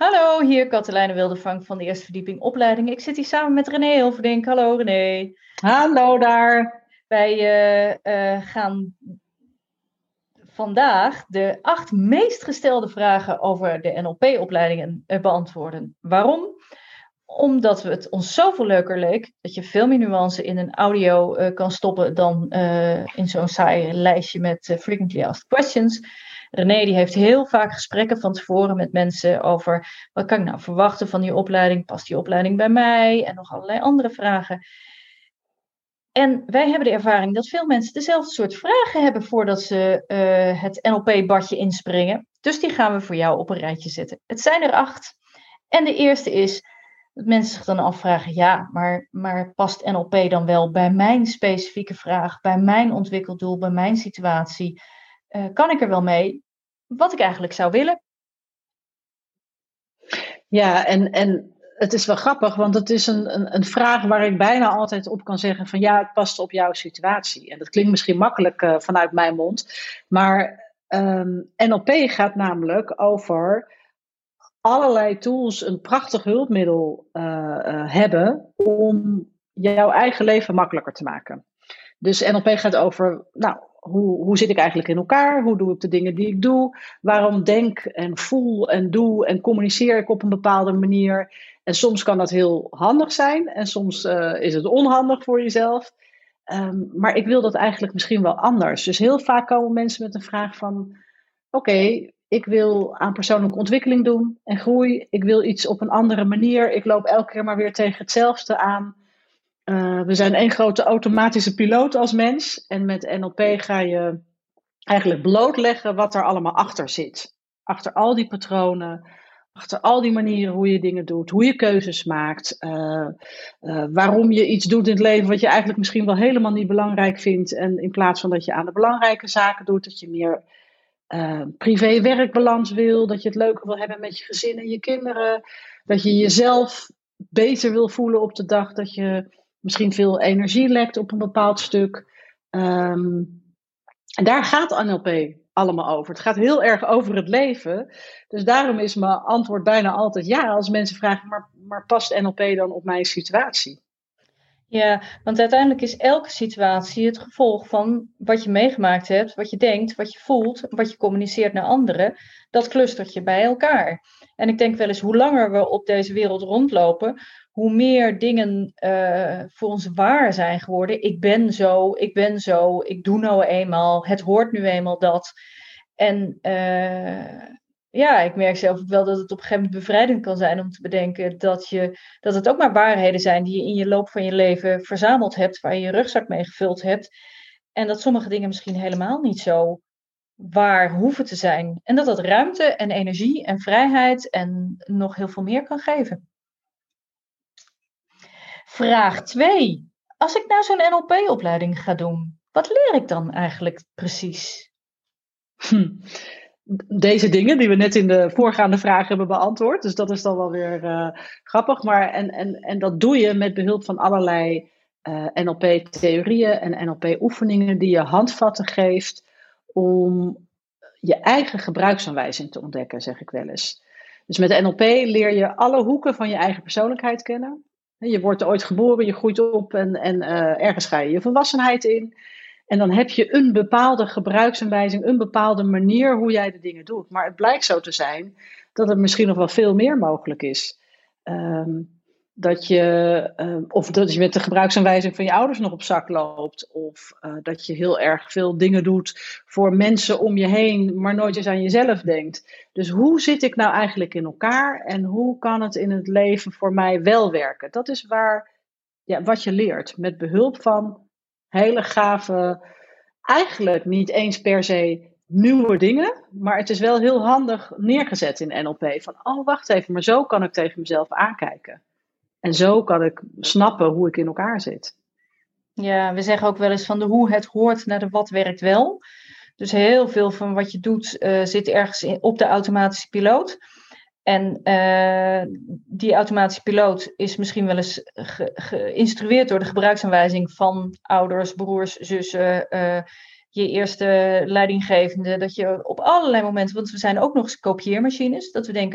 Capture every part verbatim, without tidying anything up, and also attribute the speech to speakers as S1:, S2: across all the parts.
S1: Hallo, hier Katelijne Wildevang van de Eerste Verdieping Opleiding. Ik zit hier samen met René Hilverdink. Hallo René.
S2: Hallo daar.
S1: Wij eh, eh, gaan vandaag de acht meest gestelde vragen over de N L P-opleidingen eh, beantwoorden. Waarom? Omdat we het ons zoveel leuker leek dat je veel meer nuance in een audio uh, kan stoppen dan uh, in zo'n saai lijstje met uh, frequently asked questions. René die heeft heel vaak gesprekken van tevoren met mensen over wat kan ik nou verwachten van die opleiding, past die opleiding bij mij en nog allerlei andere vragen. En wij hebben de ervaring dat veel mensen dezelfde soort vragen hebben voordat ze uh, het N L P-badje inspringen. Dus die gaan we voor jou op een rijtje zetten. Het zijn er acht. En de eerste is dat mensen zich dan afvragen, ja, maar, maar past N L P dan wel bij mijn specifieke vraag, bij mijn ontwikkeldoel, bij mijn situatie? Uh, kan ik er wel mee? Wat ik eigenlijk zou willen.
S2: Ja, en, en het is wel grappig, want het is een, een, een vraag waar ik bijna altijd op kan zeggen van ja, het past op jouw situatie. En dat klinkt misschien makkelijk uh, vanuit mijn mond, maar um, N L P gaat namelijk over allerlei tools, een prachtig hulpmiddel uh, uh, hebben om jouw eigen leven makkelijker te maken. Dus N L P gaat over, nou, hoe, hoe zit ik eigenlijk in elkaar? Hoe doe ik de dingen die ik doe? Waarom denk en voel en doe en communiceer ik op een bepaalde manier? En soms kan dat heel handig zijn en soms uh, is het onhandig voor jezelf. Um, maar ik wil dat eigenlijk misschien wel anders. Dus heel vaak komen mensen met een vraag van, oké, okay, ik wil aan persoonlijke ontwikkeling doen en groei. Ik wil iets op een andere manier. Ik loop elke keer maar weer tegen hetzelfde aan. Uh, we zijn één grote automatische piloot als mens. En met N L P ga je eigenlijk blootleggen wat er allemaal achter zit. Achter al die patronen, achter al die manieren hoe je dingen doet, hoe je keuzes maakt. Uh, uh, waarom je iets doet in het leven wat je eigenlijk misschien wel helemaal niet belangrijk vindt. En in plaats van dat je aan de belangrijke zaken doet, dat je meer uh, privé-werkbalans wil. Dat je het leuker wil hebben met je gezin en je kinderen. Dat je jezelf beter wil voelen op de dag dat je misschien veel energie lekt op een bepaald stuk. Um, en daar gaat N L P allemaal over. Het gaat heel erg over het leven. Dus daarom is mijn antwoord bijna altijd ja. Als mensen vragen, maar, maar past N L P dan op mijn situatie?
S1: Ja, want uiteindelijk is elke situatie het gevolg van wat je meegemaakt hebt, wat je denkt, wat je voelt, wat je communiceert naar anderen. Dat clustert je bij elkaar. En ik denk wel eens, hoe langer we op deze wereld rondlopen, hoe meer dingen uh, voor ons waar zijn geworden. Ik ben zo, ik ben zo, ik doe nou eenmaal, het hoort nu eenmaal dat. En uh, ja, ik merk zelf ook wel dat het op een gegeven moment bevrijdend kan zijn om te bedenken dat, je, dat het ook maar waarheden zijn die je in je loop van je leven verzameld hebt, waar je je rugzak mee gevuld hebt. En dat sommige dingen misschien helemaal niet zo waar hoeven te zijn. En dat dat ruimte en energie en vrijheid en nog heel veel meer kan geven. Vraag twee. Als ik nou zo'n N L P-opleiding ga doen, wat leer ik dan eigenlijk precies?
S2: Hm. Deze dingen die we net in de voorgaande vraag hebben beantwoord. Dus dat is dan wel weer uh, grappig. Maar en, en, en dat doe je met behulp van allerlei uh, N L P-theorieën en N L P-oefeningen die je handvatten geeft om je eigen gebruiksaanwijzing te ontdekken, zeg ik wel eens. Dus met N L P leer je alle hoeken van je eigen persoonlijkheid kennen. Je wordt ooit geboren, je groeit op en, en uh, ergens ga je je volwassenheid in. En dan heb je een bepaalde gebruiksaanwijzing, een bepaalde manier hoe jij de dingen doet. Maar het blijkt zo te zijn dat er misschien nog wel veel meer mogelijk is. Um, dat je, uh, of dat je met de gebruiksaanwijzing van je ouders nog op zak loopt. Of uh, dat je heel erg veel dingen doet voor mensen om je heen, maar nooit eens aan jezelf denkt. Dus hoe zit ik nou eigenlijk in elkaar en hoe kan het in het leven voor mij wel werken? Dat is waar, ja, wat je leert met behulp van hele gave, eigenlijk niet eens per se nieuwe dingen, maar het is wel heel handig neergezet in N L P. Van, oh wacht even, maar zo kan ik tegen mezelf aankijken. En zo kan ik snappen hoe ik in elkaar zit.
S1: Ja, we zeggen ook wel eens van de hoe het hoort naar de wat werkt wel. Dus heel veel van wat je doet uh, zit ergens in, op de automatische piloot. En uh, die automatische piloot is misschien wel eens ge, geïnstrueerd door de gebruiksaanwijzing van ouders, broers, zussen, uh, je eerste leidinggevende. Dat je op allerlei momenten, want we zijn ook nog eens kopieermachines, dat we denken,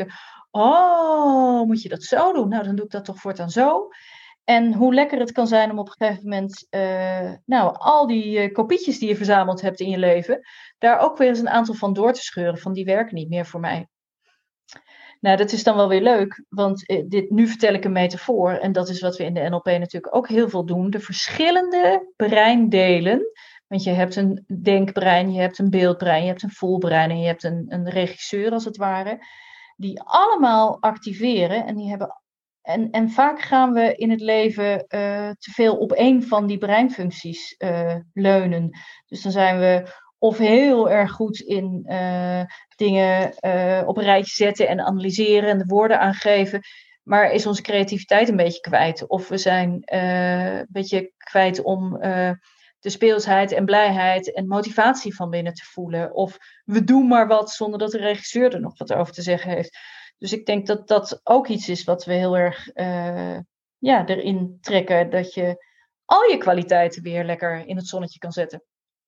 S1: oh, moet je dat zo doen? Nou, dan doe ik dat toch voortaan zo. En hoe lekker het kan zijn om op een gegeven moment, uh, nou, al die uh, kopietjes die je verzameld hebt in je leven, daar ook weer eens een aantal van door te scheuren, van die werken niet meer voor mij. Nou, dat is dan wel weer leuk, want uh, dit, nu vertel ik een metafoor en dat is wat we in de N L P natuurlijk ook heel veel doen. De verschillende breindelen, want je hebt een denkbrein, je hebt een beeldbrein, je hebt een voelbrein en je hebt een, een regisseur als het ware, die allemaal activeren en die hebben. En, en vaak gaan we in het leven uh, te veel op één van die breinfuncties uh, leunen. Dus dan zijn we of heel erg goed in uh, dingen uh, op een rijtje zetten en analyseren en de woorden aangeven. Maar is onze creativiteit een beetje kwijt? Of we zijn uh, een beetje kwijt om uh, de speelsheid en blijheid en motivatie van binnen te voelen. Of we doen maar wat zonder dat de regisseur er nog wat over te zeggen heeft. Dus ik denk dat dat ook iets is wat we heel erg uh, ja, erin trekken. Dat je al je kwaliteiten weer lekker in het zonnetje kan zetten.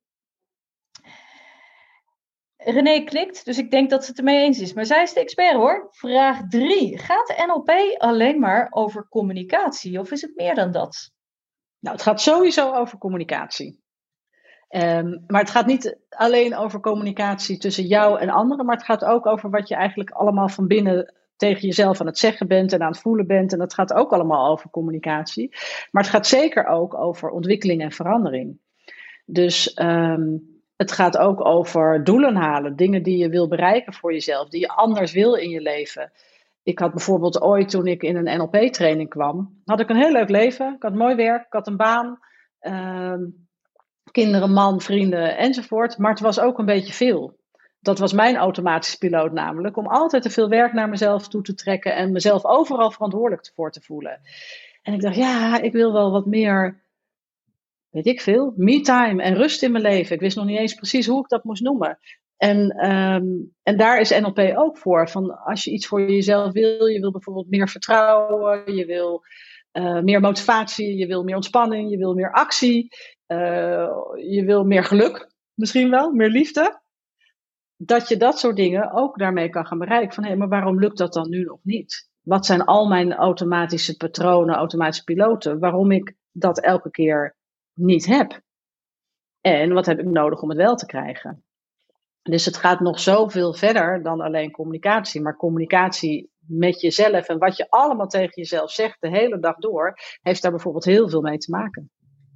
S1: René klikt, dus ik denk dat ze het ermee eens is. Maar zij is de expert hoor. Vraag drie. Gaat de N L P alleen maar over communicatie? Of is het meer dan dat?
S2: Nou, het gaat sowieso over communicatie. Um, maar het gaat niet alleen over communicatie tussen jou en anderen, maar het gaat ook over wat je eigenlijk allemaal van binnen tegen jezelf aan het zeggen bent en aan het voelen bent. En dat gaat ook allemaal over communicatie. Maar het gaat zeker ook over ontwikkeling en verandering. Dus um, het gaat ook over doelen halen, dingen die je wil bereiken voor jezelf, die je anders wil in je leven. Ik had bijvoorbeeld ooit, toen ik in een N L P-training kwam, had ik een heel leuk leven. Ik had mooi werk, ik had een baan. Um, Kinderen, man, vrienden enzovoort. Maar het was ook een beetje veel. Dat was mijn automatische piloot namelijk. Om altijd te veel werk naar mezelf toe te trekken. En mezelf overal verantwoordelijk voor te voelen. En ik dacht, ja, ik wil wel wat meer, weet ik veel, me-time en rust in mijn leven. Ik wist nog niet eens precies hoe ik dat moest noemen. En, um, en daar is N L P ook voor. Van als je iets voor jezelf wil. Je wil bijvoorbeeld meer vertrouwen. Je wil uh, meer motivatie. Je wil meer ontspanning. Je wil meer actie. Uh, je wil meer geluk, misschien wel, meer liefde. Dat je dat soort dingen ook daarmee kan gaan bereiken. Van hé, maar waarom lukt dat dan nu nog niet? Wat zijn al mijn automatische patronen, automatische piloten? Waarom ik dat elke keer niet heb? En wat heb ik nodig om het wel te krijgen? Dus het gaat nog zoveel verder dan alleen communicatie. Maar communicatie met jezelf en wat je allemaal tegen jezelf zegt de hele dag door, heeft daar bijvoorbeeld heel veel mee te maken.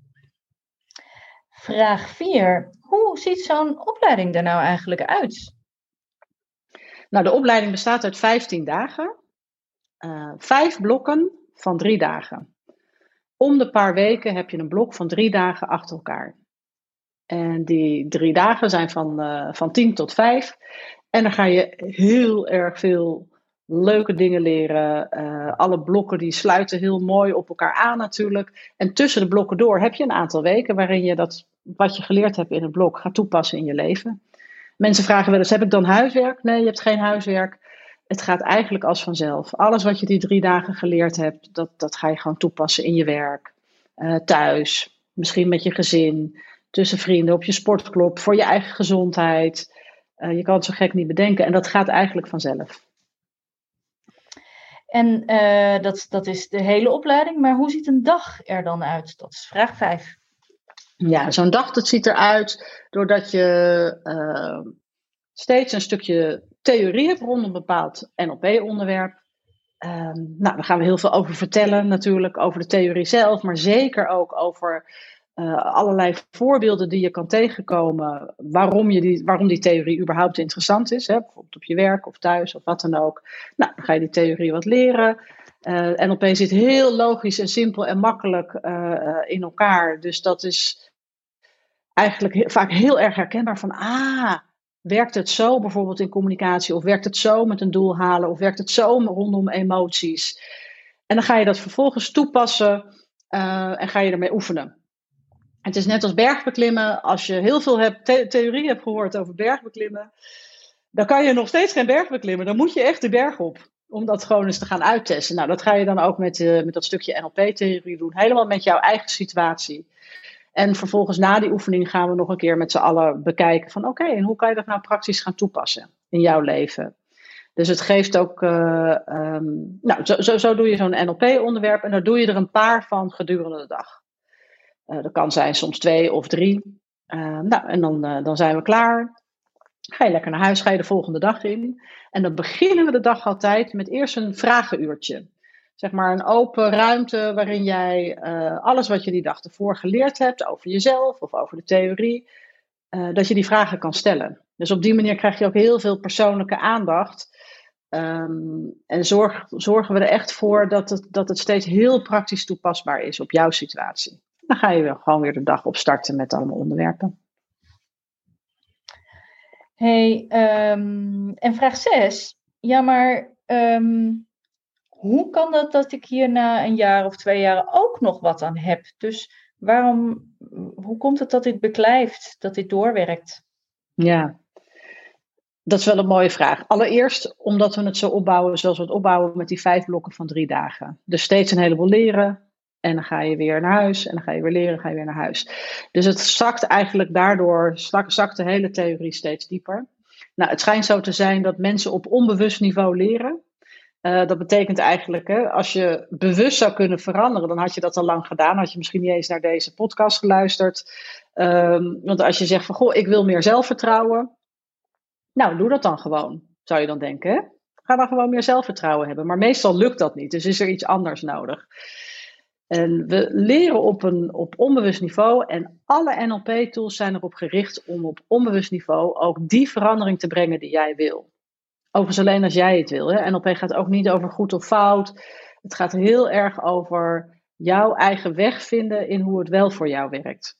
S1: Vraag vier. Hoe ziet zo'n opleiding er nou eigenlijk uit?
S2: Nou, de opleiding bestaat uit vijftien dagen. Uh, vijf blokken van drie dagen. Om de paar weken heb je een blok van drie dagen achter elkaar. En die drie dagen zijn van, uh, van tien tot vijf. En dan ga je heel erg veel leuke dingen leren. Uh, alle blokken die sluiten heel mooi op elkaar aan natuurlijk. En tussen de blokken door heb je een aantal weken waarin je dat wat je geleerd hebt in het blok gaat toepassen in je leven. Mensen vragen wel eens, heb ik dan huiswerk? Nee, je hebt geen huiswerk. Het gaat eigenlijk als vanzelf. Alles wat je die drie dagen geleerd hebt, dat, dat ga je gewoon toepassen in je werk. Uh, thuis, misschien met je gezin, tussen vrienden, op je sportclub, voor je eigen gezondheid. Uh, je kan het zo gek niet bedenken en dat gaat eigenlijk vanzelf.
S1: En uh, dat, dat is de hele opleiding, maar hoe ziet een dag er dan uit? Dat is vraag vijf.
S2: Ja, zo'n dag dat ziet eruit doordat je uh, steeds een stukje theorie hebt rond een bepaald N L P-onderwerp. Um, nou, daar gaan we heel veel over vertellen natuurlijk, over de theorie zelf, maar zeker ook over uh, allerlei voorbeelden die je kan tegenkomen waarom, je die, waarom die theorie überhaupt interessant is. Hè? Bijvoorbeeld op je werk of thuis of wat dan ook. Nou, dan ga je die theorie wat leren. Uh, N L P zit heel logisch en simpel en makkelijk uh, in elkaar. Dus dat is eigenlijk he- vaak heel erg herkenbaar van, ah, werkt het zo bijvoorbeeld in communicatie? Of werkt het zo met een doel halen? Of werkt het zo rondom emoties? En dan ga je dat vervolgens toepassen uh, en ga je ermee oefenen. Het is net als bergbeklimmen. Als je heel veel hebt, the- theorie hebt gehoord over bergbeklimmen, dan kan je nog steeds geen berg beklimmen. Dan moet je echt de berg op. Om dat gewoon eens te gaan uittesten. Nou, dat ga je dan ook met, uh, met dat stukje N L P-theorie doen. Helemaal met jouw eigen situatie. En vervolgens na die oefening gaan we nog een keer met z'n allen bekijken van oké, okay, en hoe kan je dat nou praktisch gaan toepassen in jouw leven? Dus het geeft ook, uh, um, nou, zo, zo, zo doe je zo'n N L P-onderwerp en dan doe je er een paar van gedurende de dag. Uh, dat kan zijn soms twee of drie. Uh, nou, en dan, uh, dan zijn we klaar. Ga je lekker naar huis, ga je de volgende dag in. En dan beginnen we de dag altijd met eerst een vragenuurtje. Zeg maar een open ruimte waarin jij uh, alles wat je die dag ervoor geleerd hebt over jezelf of over de theorie, uh, dat je die vragen kan stellen. Dus op die manier krijg je ook heel veel persoonlijke aandacht. Um, en zorg, zorgen we er echt voor dat het, dat het steeds heel praktisch toepasbaar is op jouw situatie. Dan ga je weer, gewoon weer de dag opstarten met allemaal onderwerpen.
S1: Hey, um, en vraag zes. Ja, maar um, hoe kan dat dat ik hier na een jaar of twee jaar ook nog wat aan heb? Dus waarom, hoe komt het dat dit beklijft, dat dit doorwerkt?
S2: Ja, dat is wel een mooie vraag. Allereerst omdat we het zo opbouwen zoals we het opbouwen met die vijf blokken van drie dagen. Dus steeds een heleboel leren. En dan ga je weer naar huis. En dan ga je weer leren. Ga je weer naar huis. Dus het zakt eigenlijk daardoor. Zakt de hele theorie steeds dieper. Nou, het schijnt zo te zijn dat mensen op onbewust niveau leren. Uh, dat betekent eigenlijk, hè, als je bewust zou kunnen veranderen, dan had je dat al lang gedaan. Had je misschien niet eens naar deze podcast geluisterd. Um, want als je zegt van, goh, ik wil meer zelfvertrouwen. Nou, doe dat dan gewoon, zou je dan denken. Hè? Ga dan gewoon meer zelfvertrouwen hebben. Maar meestal lukt dat niet, dus is er iets anders nodig. En we leren op een op onbewust niveau en alle N L P-tools zijn erop gericht om op onbewust niveau ook die verandering te brengen die jij wil. Overigens alleen als jij het wil. Hè? N L P gaat ook niet over goed of fout. Het gaat heel erg over jouw eigen weg vinden in hoe het wel voor jou werkt.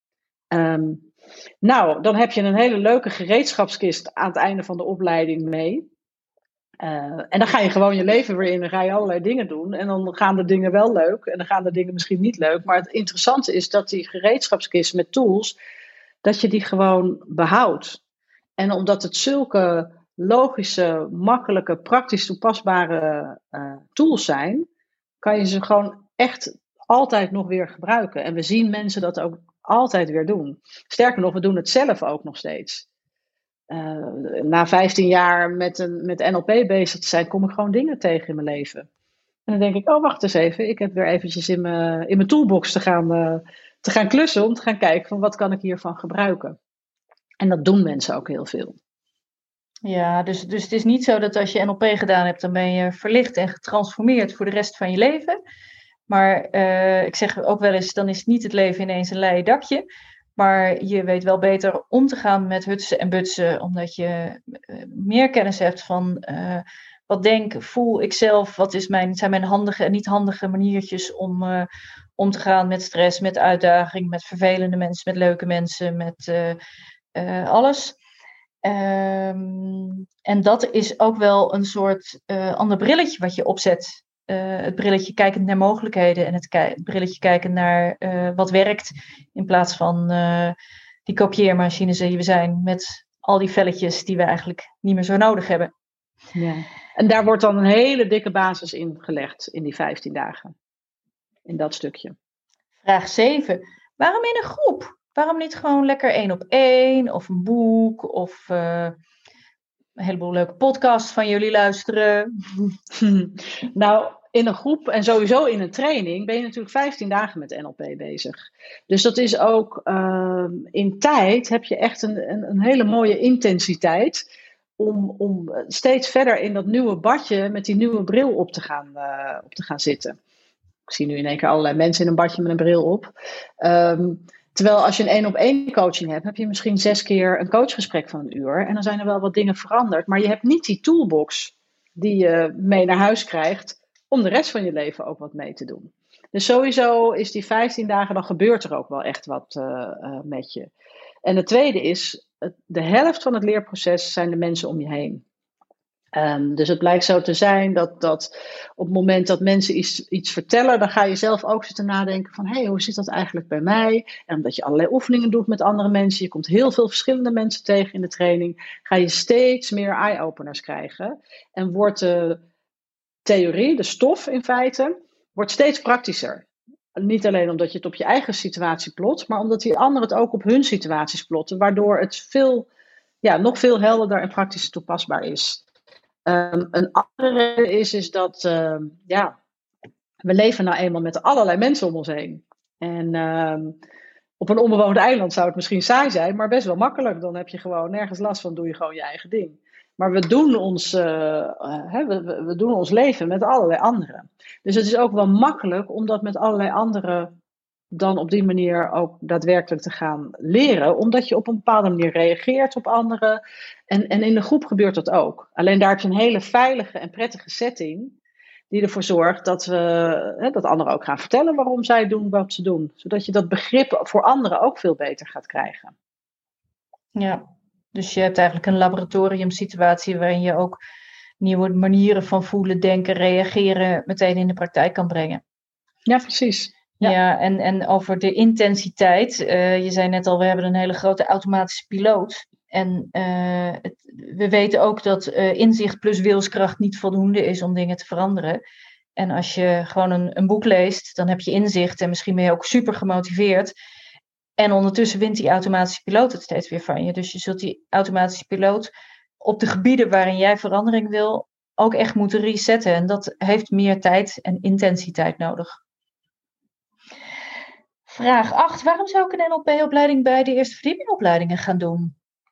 S2: Um, nou, dan heb je een hele leuke gereedschapskist aan het einde van de opleiding mee. Uh, en dan ga je gewoon je leven weer in en ga je allerlei dingen doen. En dan gaan de dingen wel leuk en dan gaan de dingen misschien niet leuk. Maar het interessante is dat die gereedschapskist met tools, dat je die gewoon behoudt. En omdat het zulke logische, makkelijke, praktisch toepasbare uh, tools zijn, kan je ze gewoon echt altijd nog weer gebruiken. En we zien mensen dat ook altijd weer doen. Sterker nog, we doen het zelf ook nog steeds. Uh, na vijftien jaar met, een, met N L P bezig te zijn, kom ik gewoon dingen tegen in mijn leven. En dan denk ik, oh wacht eens even, ik heb weer eventjes in mijn, in mijn toolbox te gaan, uh, te gaan klussen, om te gaan kijken van wat kan ik hiervan gebruiken. En dat doen mensen ook heel veel.
S1: Ja, dus, dus het is niet zo dat als je N L P gedaan hebt, dan ben je verlicht en getransformeerd voor de rest van je leven. Maar uh, ik zeg ook wel eens, dan is niet het leven ineens een leien dakje. Maar je weet wel beter om te gaan met hutsen en butsen, omdat je uh, meer kennis hebt van uh, wat denk, voel ik zelf, wat is mijn, zijn mijn handige en niet handige maniertjes om uh, om te gaan met stress, met uitdaging, met vervelende mensen, met leuke mensen, met uh, uh, alles. Um, en dat is ook wel een soort uh, ander brilletje wat je opzet. Uh, het brilletje kijkend naar mogelijkheden en het, ki- het brilletje kijken naar uh, wat werkt. In plaats van uh, die kopieermachines die we zijn met al die velletjes die we eigenlijk niet meer zo nodig hebben.
S2: Ja. En daar wordt dan een hele dikke basis in gelegd in die vijftien dagen. In dat stukje.
S1: Vraag zeven. Waarom in een groep? Waarom niet gewoon lekker één op één of een boek of uh, een heleboel leuke podcasts van jullie luisteren?
S2: Nou, in een groep en sowieso in een training ben je natuurlijk vijftien dagen met N L P bezig. Dus dat is ook uh, in tijd heb je echt een, een, een hele mooie intensiteit om, om steeds verder in dat nieuwe badje met die nieuwe bril op te gaan, uh, op te gaan zitten. Ik zie nu in één keer allerlei mensen in een badje met een bril op. Um, terwijl als je een één op één coaching hebt, heb je misschien zes keer een coachgesprek van een uur. En dan zijn er wel wat dingen veranderd. Maar je hebt niet die toolbox die je mee naar huis krijgt om de rest van je leven ook wat mee te doen. Dus sowieso is die vijftien dagen, dan gebeurt er ook wel echt wat uh, uh, met je. En het tweede is, de helft van het leerproces zijn de mensen om je heen. Um, dus het blijkt zo te zijn dat, dat op het moment dat mensen iets, iets vertellen, dan ga je zelf ook zitten nadenken van, hé, hey, hoe zit dat eigenlijk bij mij? En omdat je allerlei oefeningen doet met andere mensen, je komt heel veel verschillende mensen tegen in de training, ga je steeds meer eye-openers krijgen. En wordt de theorie, de stof in feite, wordt steeds praktischer. Niet alleen omdat je het op je eigen situatie plot, maar omdat die anderen het ook op hun situaties plotten, waardoor het veel, ja, nog veel helderder en praktischer toepasbaar is. Um, een andere reden is, is dat uh, ja, we leven nou eenmaal met allerlei mensen om ons heen. En um, op een onbewoond eiland zou het misschien saai zijn, maar best wel makkelijk. Dan heb je gewoon nergens last van, doe je gewoon je eigen ding. Maar we doen ons, uh, uh, hè, we, we doen ons leven met allerlei anderen. Dus het is ook wel makkelijk om dat met allerlei anderen dan op die manier ook daadwerkelijk te gaan leren. Omdat je op een bepaalde manier reageert op anderen. En, en in de groep gebeurt dat ook. Alleen daar heb je een hele veilige en prettige setting die ervoor zorgt dat, we, hè, dat anderen ook gaan vertellen waarom zij doen wat ze doen. Zodat je dat begrip voor anderen ook veel beter gaat krijgen.
S1: Ja, dus je hebt eigenlijk een laboratoriumsituatie waarin je ook nieuwe manieren van voelen, denken, reageren meteen in de praktijk kan brengen.
S2: Ja, precies.
S1: Ja, ja en, en over de intensiteit. Uh, je zei net al, we hebben een hele grote automatische piloot. En uh, het, we weten ook dat uh, inzicht plus wilskracht niet voldoende is om dingen te veranderen. En als je gewoon een, een boek leest, dan heb je inzicht en misschien ben je ook super gemotiveerd. En ondertussen wint die automatische piloot het steeds weer van je. Dus je zult die automatische piloot op de gebieden waarin jij verandering wil ook echt moeten resetten. En dat heeft meer tijd en intensiteit nodig. Vraag acht. Waarom zou ik een N L P-opleiding bij de eerste verdiepingopleidingen gaan doen?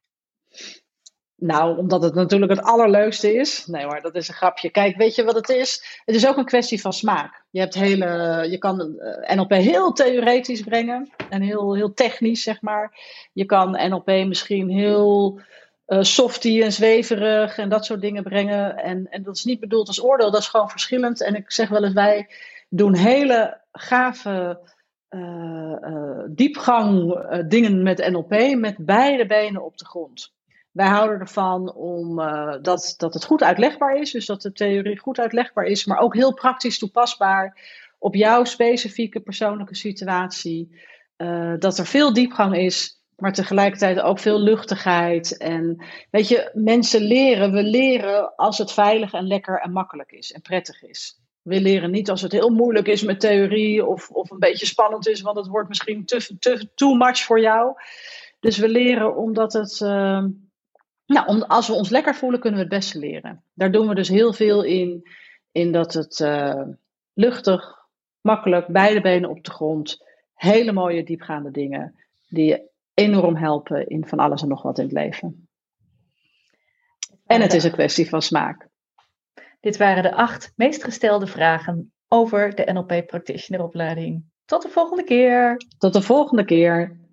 S2: Nou, omdat het natuurlijk het allerleukste is. Nee hoor, dat is een grapje. Kijk, weet je wat het is? Het is ook een kwestie van smaak. Je, hebt hele, je kan N L P heel theoretisch brengen. En heel, heel technisch, zeg maar. Je kan N L P misschien heel uh, softy en zweverig en dat soort dingen brengen. En, en dat is niet bedoeld als oordeel. Dat is gewoon verschillend. En ik zeg wel eens, wij doen hele gave uh, uh, diepgang uh, dingen met N L P. Met beide benen op de grond. Wij houden ervan om, uh, dat, dat het goed uitlegbaar is. Dus dat de theorie goed uitlegbaar is. Maar ook heel praktisch toepasbaar op jouw specifieke persoonlijke situatie. Uh, dat er veel diepgang is. Maar tegelijkertijd ook veel luchtigheid. En weet je, mensen leren. We leren als het veilig en lekker en makkelijk is. En prettig is. We leren niet als het heel moeilijk is met theorie. Of, of een beetje spannend is. Want het wordt misschien te, te, too much voor jou. Dus we leren omdat het... Uh, Nou, om, als we ons lekker voelen, kunnen we het beste leren. Daar doen we dus heel veel in. In dat het uh, luchtig, makkelijk, beide benen op de grond. Hele mooie, diepgaande dingen. Die je enorm helpen in van alles en nog wat in het leven. En het is een kwestie van smaak.
S1: Dit waren de acht meest gestelde vragen over de N L P Practitioner opleiding. Tot de volgende keer.
S2: Tot de volgende keer.